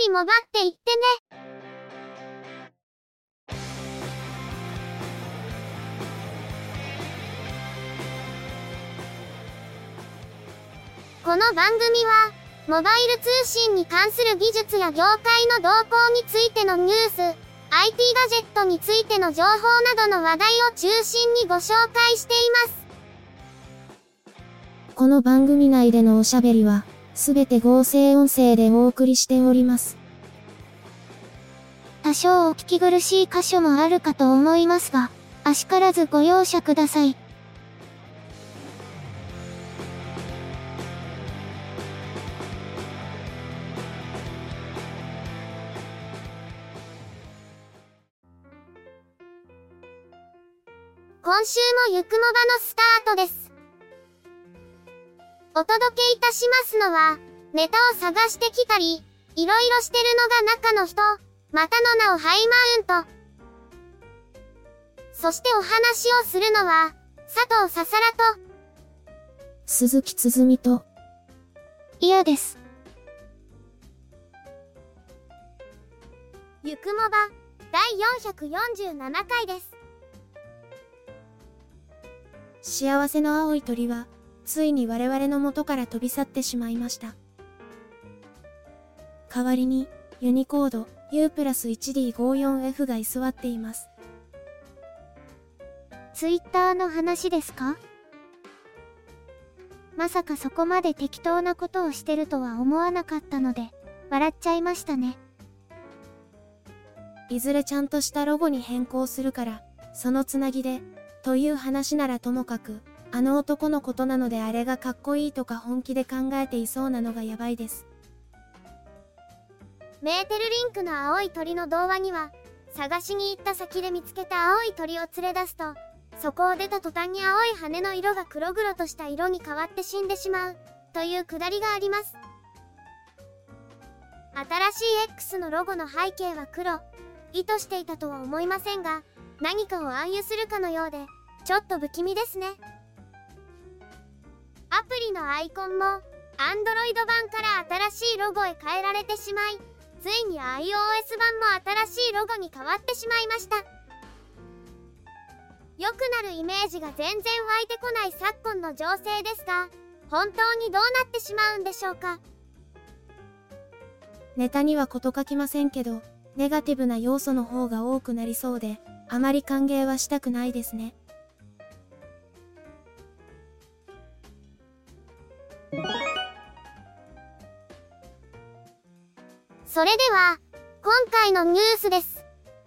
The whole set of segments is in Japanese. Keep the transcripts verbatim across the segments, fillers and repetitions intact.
りもばっていってね。この番組は、モバイル通信に関する技術や業界の動向についてのニュース、アイティー ガジェットについての情報などの話題を中心にご紹介しています。 この番組内でのおしゃべりは、すべて合成音声でお送りしております。 多少お聞き苦しい箇所もあるかと思いますが、あしからずご容赦ください。今週もゆくもばのスタートです。お届けいたしますのは、ネタを探してきたり、いろいろしてるのが中の人、またの名をハイマウント。そしてお話をするのは、佐藤ささらと、 鈴木つづみと、 いやです。ゆくもば、だいよんひゃくよんじゅうななかいです。 幸せの青い鳥は、ついに我々の元から飛び去ってしまいました。代わりに、ユニコード ユープラスいちディーごじゅうよんエフ が居座っています。 ツイッターの話ですか？まさかそこまで適当なことをしてるとは思わなかったので、笑っちゃいましたね。 いずれちゃんとしたロゴに変更するから、そのつなぎで、という話ならともかく、あの男のことなのであれがかっこいいとか本気で考えていそうなのがやばいです。 メーテルリンクの青い鳥の童話には、探しに行った先で見つけた青い鳥を連れ出すと、そこを出た途端に青い羽の色が黒々とした色に変わって死んでしまう、というくだりがあります。新しい X のロゴの背景は黒、意図していたとは思いませんが、何かを暗喩するかのようで、ちょっと不気味ですね。アプリのアイコンも、Android 版から新しいロゴへ変えられてしまい、ついに iOS 版も新しいロゴに変わってしまいました。良くなるイメージが全然湧いてこない昨今の情勢ですが、本当にどうなってしまうんでしょうか。 ネタには事書きませんけど、ネガティブな要素の方が多くなりそうで、あまり歓迎はしたくないですね。 それでは、今回のニュースです。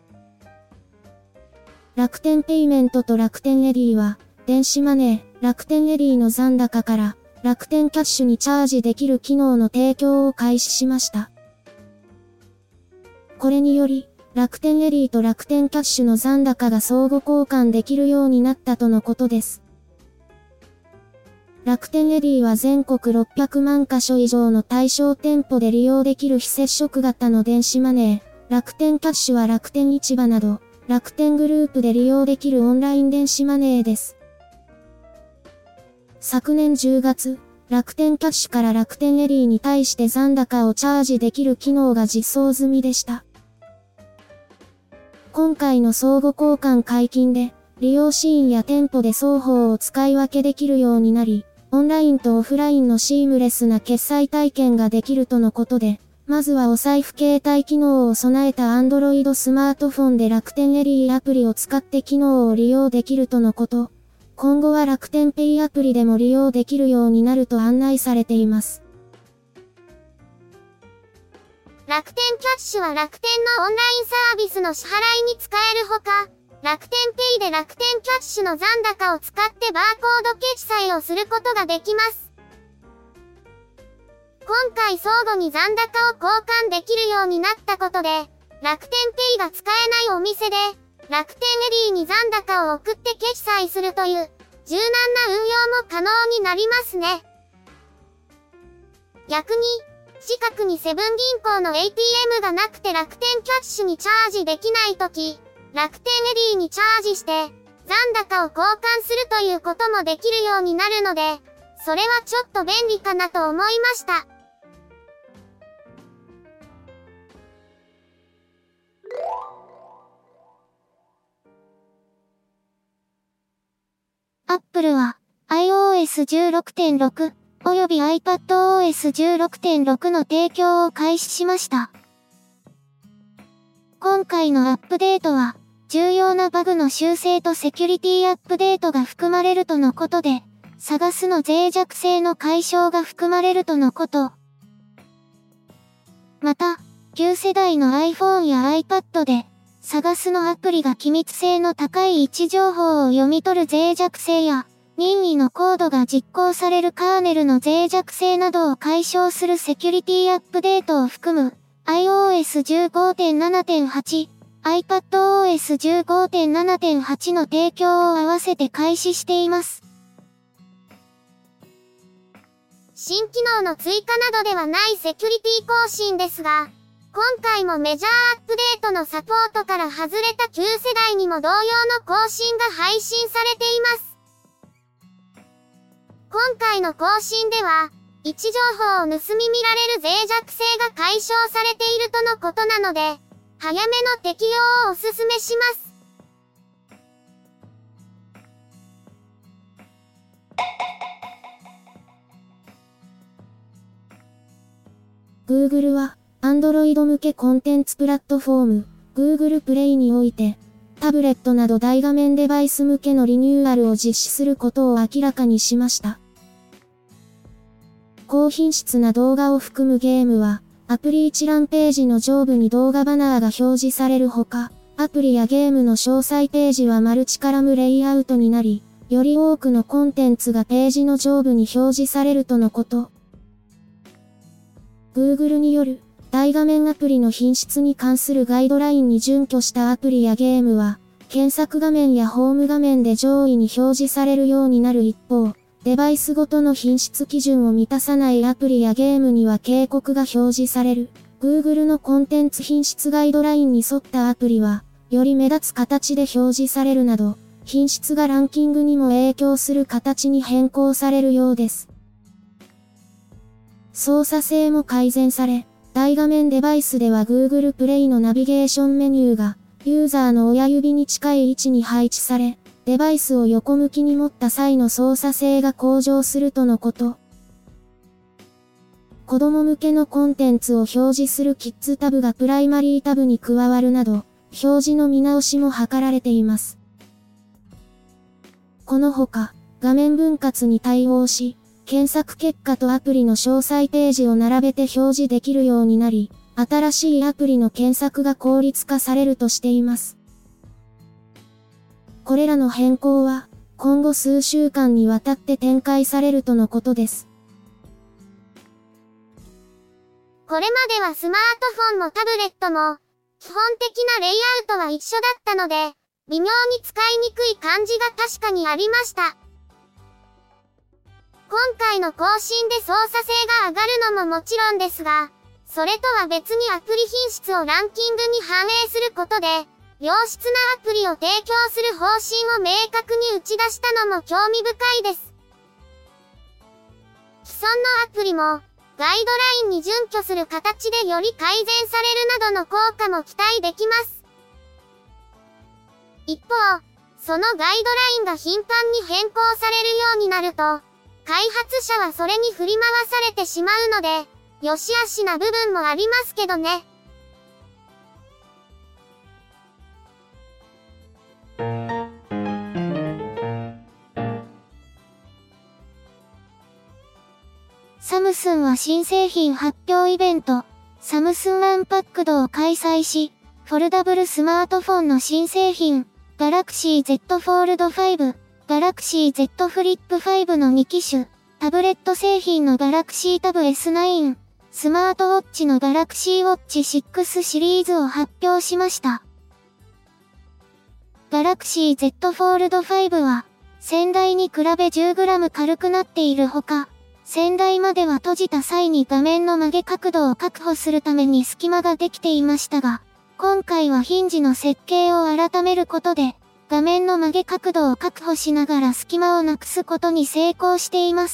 楽天ペイメントと楽天エリーは、電子マネー、楽天エリーの残高から、楽天キャッシュにチャージできる機能の提供を開始しました。これにより、楽天エリーと楽天キャッシュの残高が相互交換できるようになったとのことです。楽天エリーは全国ろっぴゃくまんかしょ以上の対象店舗で利用できる非接触型の電子マネー、楽天キャッシュは楽天市場など、楽天グループで利用できるオンライン電子マネーです。昨年じゅうがつ、楽天キャッシュから楽天エリーに対して残高をチャージできる機能が実装済みでした。今回の相互交換解禁で、利用シーンや店舗で双方を使い分けできるようになり、オンラインとオフラインのシームレスな決済体験ができるとのことで、まずはお財布携帯機能を備えた Android スマートフォンで楽天エリーアプリを使って機能を利用できるとのこと。今後は楽天ペイアプリでも利用できるようになると案内されています。 楽天キャッシュは楽天のオンラインサービスの支払いに使えるほか、楽天ペイで楽天キャッシュの残高を使ってバーコード決済をすることができます。今回相互に残高を交換できるようになったことで、楽天ペイが使えないお店で、楽天エリーに残高を送って決済するという、柔軟な運用も可能になりますね。逆に、近くにセブン銀行の エーティーエム がなくて楽天キャッシュにチャージできないとき、楽天エリーにチャージして、残高を交換するということもできるようになるので、それはちょっと便利かなと思いました。 Apple は アイオーエスじゅうろくてんろく および iPadOS じゅうろくてんろく の提供を開始しました。今回のアップデートは、重要なバグの修正とセキュリティアップデートが含まれるとのことで、探すの脆弱性の解消が含まれるとのこと。また、旧世代の iPhone や iPad で、探すのアプリが機密性の高い位置情報を読み取る脆弱性や、任意のコードが実行されるカーネルの脆弱性などを解消するセキュリティアップデートを含む アイオーエスじゅうごてんななてんはち、iPadOS じゅうごてんななてんはち の提供を合わせて開始しています。新機能の追加などではないセキュリティ更新ですが、今回もメジャーアップデートのサポートから外れた旧世代にも同様の更新が配信されています。今回の更新では、位置情報を盗み見られる脆弱性が解消されているとのことなので、早めの適用をお勧めします。 Google は、Android 向けコンテンツプラットフォーム、Google Play において、タブレットなど大画面デバイス向けのリニューアルを実施することを明らかにしました。高品質な動画を含むゲームは、アプリ一覧ページの上部に動画バナーが表示されるほか、アプリやゲームの詳細ページはマルチカラムレイアウトになり、より多くのコンテンツがページの上部に表示されるとのこと。Google による大画面アプリの品質に関するガイドラインに準拠したアプリやゲームは、検索画面やホーム画面で上位に表示されるようになる一方、デバイスごとの品質基準を満たさないアプリやゲームには警告が表示される。Google のコンテンツ品質ガイドラインに沿ったアプリは、より目立つ形で表示されるなど、品質がランキングにも影響する形に変更されるようです。操作性も改善され、大画面デバイスでは Google Play のナビゲーションメニューが、ユーザーの親指に近い位置に配置され、デバイスを横向きに持った際の操作性が向上するとのこと。子供向けのコンテンツを表示するキッズタブがプライマリータブに加わるなど、表示の見直しも図られています。このほか、画面分割に対応し、検索結果とアプリの詳細ページを並べて表示できるようになり、新しいアプリの検索が効率化されるとしています。これらの変更は、今後数週間にわたって展開されるとのことです。 これまではスマートフォンもタブレットも、基本的なレイアウトは一緒だったので、微妙に使いにくい感じが確かにありました。今回の更新で操作性が上がるのももちろんですが、それとは別にアプリ品質をランキングに反映することで、良質なアプリを提供する方針を明確に打ち出したのも興味深いです。既存のアプリも、ガイドラインに準拠する形でより改善されるなどの効果も期待できます。一方、そのガイドラインが頻繁に変更されるようになると、開発者はそれに振り回されてしまうので、良し悪しな部分もありますけどね。サムスンは新製品発表イベント、サムスンアンパックドを開催し、フォルダブルスマートフォンの新製品、Galaxy Z Fold ファイブ、Galaxy Z Flip ファイブのに機種、タブレット製品の Galaxy Tab エスナイン、スマートウォッチの Galaxy Watch シックスシリーズを発表しました。Galaxy Z Fold ファイブは、先代に比べ じゅうグラム 軽くなっているほか、先代までは閉じた際に画面の曲げ角度を確保するために隙間ができていましたが、今回はヒンジの設計を改めることで、画面の曲げ角度を確保しながら隙間をなくすことに成功しています。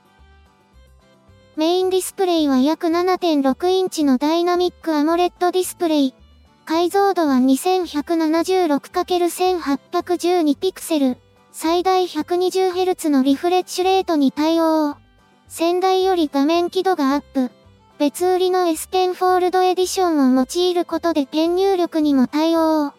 メインディスプレイは約 ななてんろく インチのダイナミックアモレッドディスプレイ。解像度は にせんひゃくななじゅうろくかけるせんはっぴゃくじゅうに ピクセル。 最大 ひゃくにじゅうヘルツ のリフレッシュレートに対応。先代より画面輝度がアップ。別売りの エステン フォールドエディションを用いることでペン入力にも対応。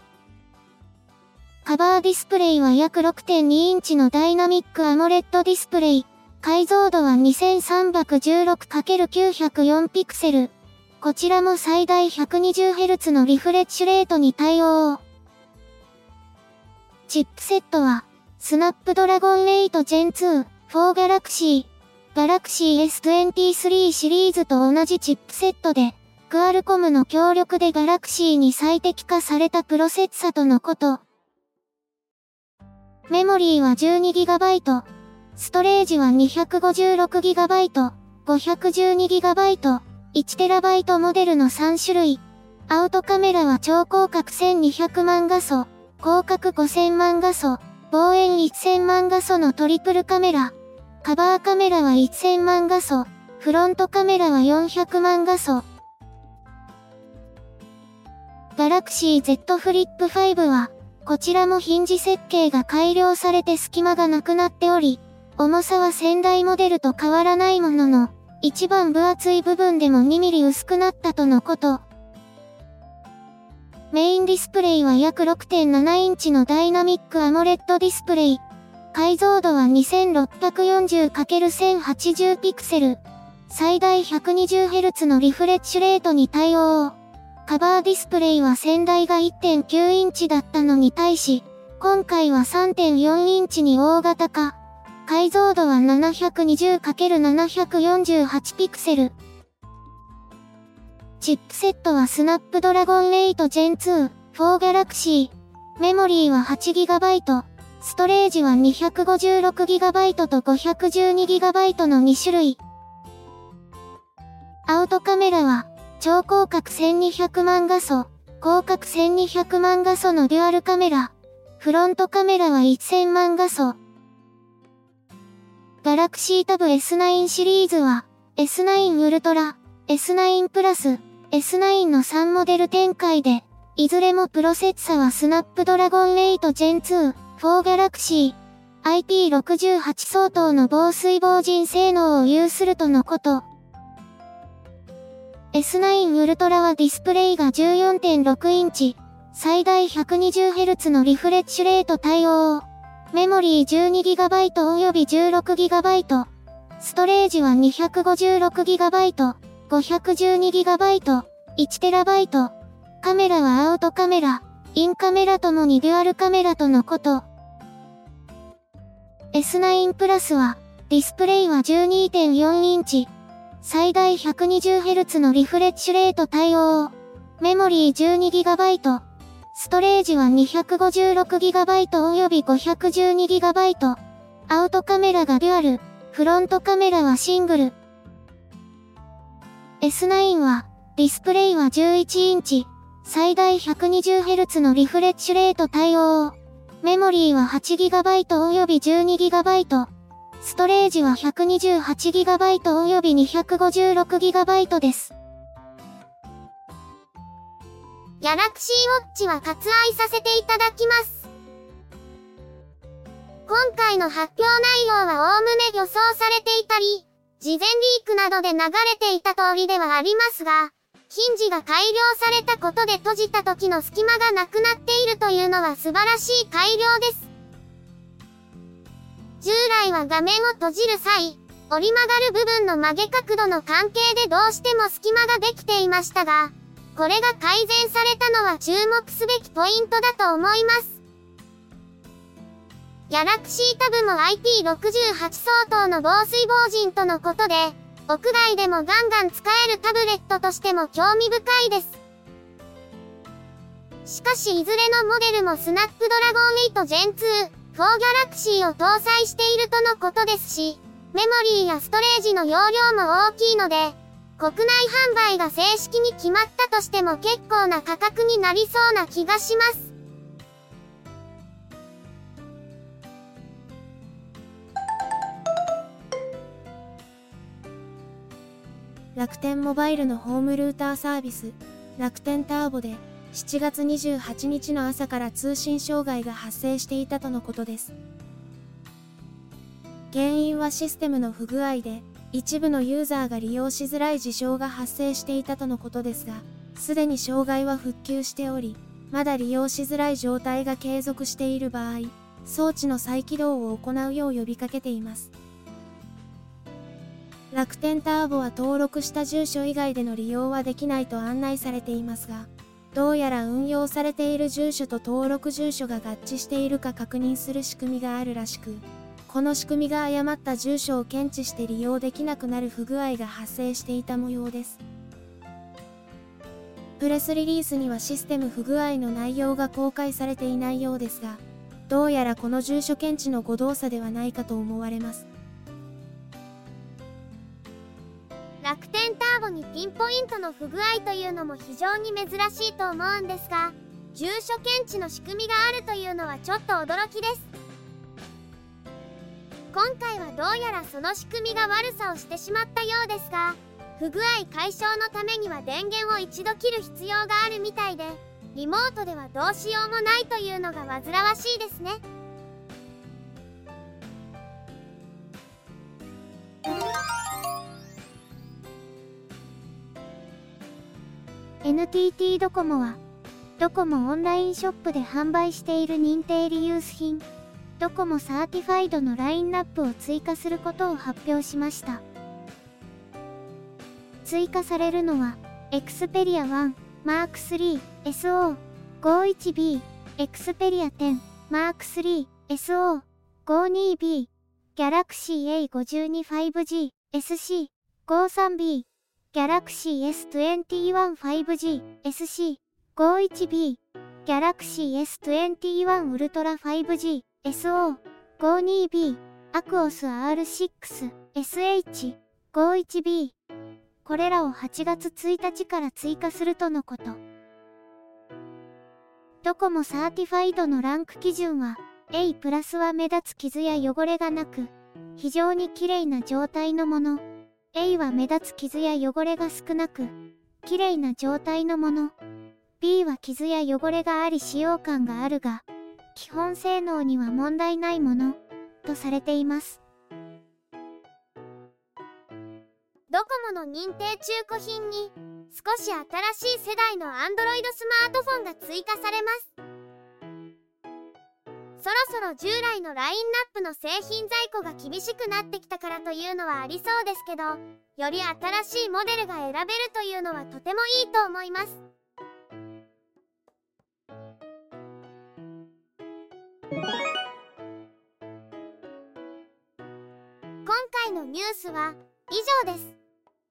カバーディスプレイは約 ろくてんに インチのダイナミックアモレッドディスプレイ。解像度は にせんさんびゃくじゅうろくかけるきゅうひゃくよん ピクセル。こちらも最大 ひゃくにじゅうヘルツ のリフレッシュレートに対応。チップセットは、スナップドラゴンエイトジェンツー、フォー ガラクシー、ガラクシー エスにじゅうさん シリーズと同じチップセットで、クアルコムの協力でガラクシーに最適化されたプロセッサとのこと。メモリーは じゅうにギガバイト、ストレージは にひゃくごじゅうろくギガバイト、ごひゃくじゅうにギガバイト、いちテラバイトモデルのさん種類。アウトカメラは超広角せんにひゃくまん画素、広角ごせんまん画素、望遠せんまん画素のトリプルカメラ。カバーカメラはせんまん画素、フロントカメラはよんひゃくまん画素。ガラクシー Z フリップファイブは、こちらもヒンジ設計が改良されて隙間がなくなっており、重さは先代モデルと変わらないものの、一番分厚い部分でもにミリ薄くなったとのこと。メインディスプレイは約 ろくてんなな インチのダイナミックアモレッドディスプレイ。解像度は にせんろっぴゃくよんじゅうかけるせんはちじゅう ピクセル。最大 ひゃくにじゅうヘルツ のリフレッシュレートに対応。カバーディスプレイは先代が いってんきゅう インチだったのに対し、今回は さんてんよん インチに大型化。解像度は ななひゃくにじゅうかけるななひゃくよんじゅうはち ピクセル。チップセットはスナップドラゴンエイトジェンツー、フォー ガラクシー。メモリーは はちギガバイト。ストレージは にひゃくごじゅうろくギガバイト と ごひゃくじゅうにギガバイト のに種類。アウトカメラは、超広角せんにひゃくまん画素、広角せんにひゃくまん画素のデュアルカメラ。フロントカメラはせんまん画素。ガラクシータブ エスナイン シリーズは、エスナイン ウルトラ、エスナイン プラス、エスナイン のさんモデル展開で、いずれもプロセッサはスナップドラゴンエイトジェンツー、フォー ガラクシー、アイピーろくじゅうはち 相当の防水防塵性能を有するとのこと。エスナイン ウルトラはディスプレイが じゅうよんてんろく インチ、最大 ひゃくにじゅうヘルツ のリフレッシュレート対応。メモリー じゅうにギガバイト 及び じゅうろくギガバイト。ストレージは にひゃくごじゅうろくギガバイト、ごひゃくじゅうにギガバイト、いちテラバイト。カメラはアウトカメラ、インカメラともにデュアルカメラとのこと。エスナイン プラスは、ディスプレイは じゅうにてんよん インチ。最大 ひゃくにじゅうヘルツ のリフレッシュレート対応。メモリー じゅうにギガバイト。ストレージは にひゃくごじゅうろくギガバイト 及び ごひゃくじゅうにギガバイト。アウトカメラがデュアル、フロントカメラはシングル。エスナイン は、ディスプレイはじゅういちインチ。最大 ひゃくにじゅうヘルツ のリフレッシュレート対応。メモリーは はちギガバイト 及び じゅうにギガバイト。ストレージは ひゃくにじゅうはちギガバイト 及び にひゃくごじゅうろくギガバイト です。 ギャラクシーウォッチは割愛させていただきます。今回の発表内容はおおむね予想されていたり、事前リークなどで流れていた通りではありますが、ヒンジが改良されたことで閉じた時の隙間がなくなっているというのは素晴らしい改良です。従来は画面を閉じる際、折り曲がる部分の曲げ角度の関係でどうしても隙間ができていましたが、これが改善されたのは注目すべきポイントだと思います。ギャラクシータブも アイピーろくじゅうはち 相当の防水防塵とのことで、屋外でもガンガン使えるタブレットとしても興味深いです。しかしいずれのモデルもスナップドラゴンエイトジェンツー、フォー ギャラクシーを搭載しているとのことですし、メモリーやストレージの容量も大きいので、国内販売が正式に決まったとしても結構な価格になりそうな気がします。 楽天モバイルのホームルーターサービス、楽天ターボでしちがつにじゅうはちにちの朝から通信障害が発生していたとのことです。原因はシステムの不具合で、一部のユーザーが利用しづらい事象が発生していたとのことですが、すでに障害は復旧しており、まだ利用しづらい状態が継続している場合、装置の再起動を行うよう呼びかけています。楽天ターボは登録した住所以外での利用はできないと案内されていますが、どうやら運用されている住所と登録住所が合致しているか確認する仕組みがあるらしく、この仕組みが誤った住所を検知して利用できなくなる不具合が発生していた模様です。プレスリリースにはシステム不具合の内容が公開されていないようですが、どうやらこの住所検知の誤動作ではないかと思われます。 楽天ターボにピンポイントの不具合というのも非常に珍しいと思うんですが、住所検知の仕組みがあるというのはちょっと驚きです。今回はどうやらその仕組みが悪さをしてしまったようですが、不具合解消のためには電源を一度切る必要があるみたいで、リモートではどうしようもないというのが煩わしいですね。 エヌティーティー ドコモは、ドコモオンラインショップで販売している認定リユース品、ドコモサーティファイドのラインナップを追加することを発表しました。追加されるのは、Xperia ワン、マークスリー、エスオー、ごじゅういちビー、Xperia テン、マークスリー、エスオー、ごじゅうにビー、Galaxy エーごじゅうに ファイブジー、エスシー、ごじゅうさんビー、Galaxy エスにじゅういち ファイブジー、エスシー、ごじゅういちビー、Galaxy エスにじゅういち Ultra ファイブジー、エスオー、ごじゅうにビー、Aquos アールシックス、エスエイチ、ごじゅういちビー、これらをはちがつついたちから追加するとのこと。ドコモサーティファイドのランク基準は、A プラスは目立つ傷や汚れがなく、非常に綺麗な状態のもの。A は目立つ傷や汚れが少なく、綺麗な状態のもの。B は傷や汚れがあり使用感があるが、基本性能には問題ないもの、とされています。 ドコモの認定中古品に少し新しい世代の Android スマートフォンが追加されます。そろそろ従来のラインナップの製品在庫が厳しくなってきたからというのはありそうですけど、より新しいモデルが選べるというのはとてもいいと思います。今回のニュースは以上です。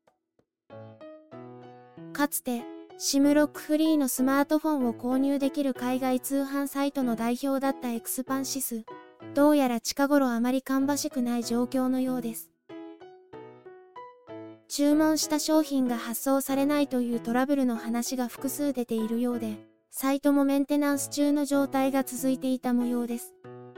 かつて、SIM ロックフリーのスマートフォンを購入できる海外通販サイトの代表だったエクスパンシス。どうやら近頃あまり芳しくない状況のようです。注文した商品が発送されないというトラブルの話が複数出ているようで、サイトもメンテナンス中の状態が続いていた模様です。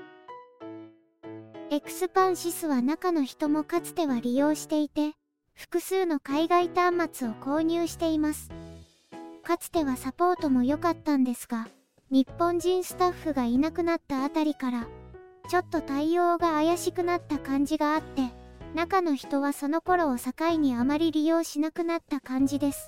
エクスパンシスは中の人もかつては利用していて、複数の海外端末を購入しています。かつてはサポートも良かったんですが、日本人スタッフがいなくなったあたりから、ちょっと対応が怪しくなった感じがあって、中の人はその頃を境にあまり利用しなくなった感じです。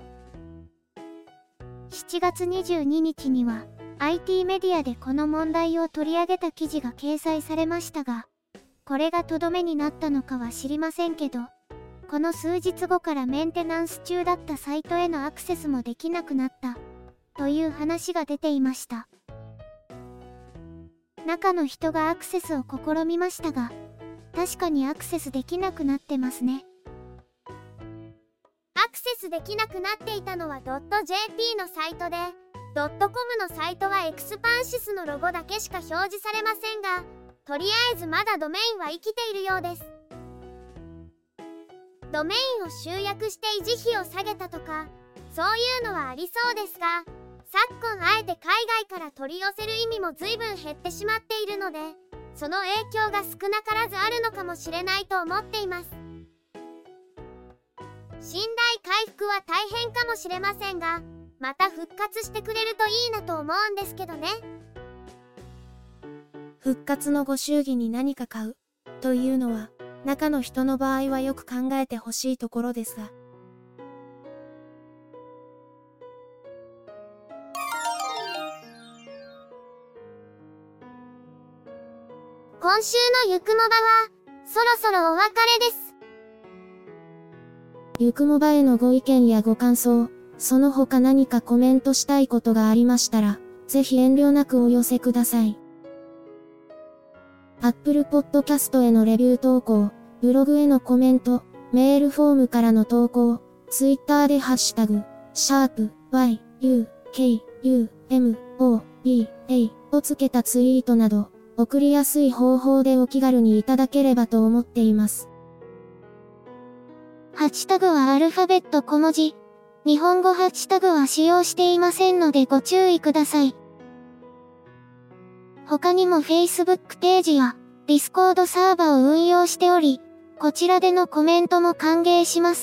しちがつにじゅうににちには、アイティー メディアでこの問題を取り上げた記事が掲載されましたが、これがとどめになったのかは知りませんけど、この数日後からメンテナンス中だったサイトへのアクセスもできなくなった、という話が出ていました。中の人がアクセスを試みましたが、確かにアクセスできなくなってますね。 アクセスできなくなっていたのは .jp のサイトで、.com のサイトはエクスパンシスのロゴだけしか表示されませんが、とりあえずまだドメインは生きているようです。ドメインを集約して維持費を下げたとか、そういうのはありそうですが、昨今あえて海外から取り寄せる意味も随分減ってしまっているので、その影響が少なからずあるのかもしれないと思っています。信頼回復は大変かもしれませんが、 また復活してくれるといいなと思うんですけどね。 復活のご祝儀に何か買うというのは、中の人の場合はよく考えてほしいところですが。 今週のゆくもばは、そろそろお別れです。 ゆくもばへのご意見やご感想、その他何かコメントしたいことがありましたら、ぜひ遠慮なくお寄せください。Apple Podcast へのレビュー投稿、ブログへのコメント、メールフォームからの投稿、Twitter でハッシュタグ、シャープ y, u, k, u, m, o, b, a をつけたツイートなど、送りやすい方法でお気軽にいただければと思っています。 ハッシュタグはアルファベット小文字。日本語ハッシュタグは使用していませんのでご注意ください。他にも Facebook ページや Discord サーバを運用しており、こちらでのコメントも歓迎します。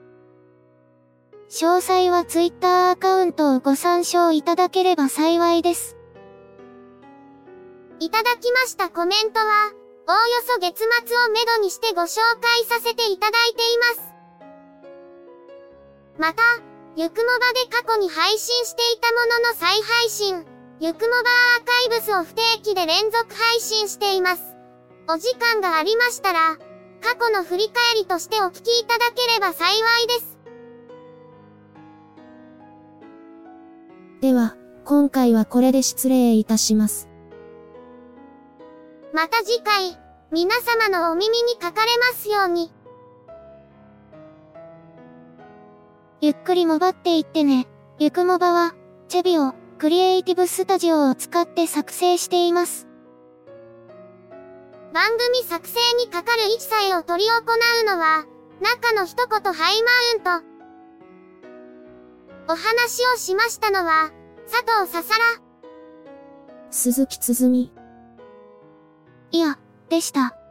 詳細は Twitter アカウントをご参照いただければ幸いです。いただきましたコメントは、おおよそ月末をめどにしてご紹介させていただいています。また、ゆくもばで過去に配信していたものの再配信、ゆくもばアーカイブスを不定期で連続配信しています。お時間がありましたら、過去の振り返りとしてお聞きいただければ幸いです。 では、今回はこれで失礼いたします。 また次回、皆様のお耳にかかれますように。ゆっくりもばっていってね。ゆくもばは、チェビオ、クリエイティブスタジオを使って作成しています。番組作成にかかる一切を執り行うのは、中の一言ハイマウント。お話をしましたのは、佐藤ささら、 鈴木つづみ、 いや、でした。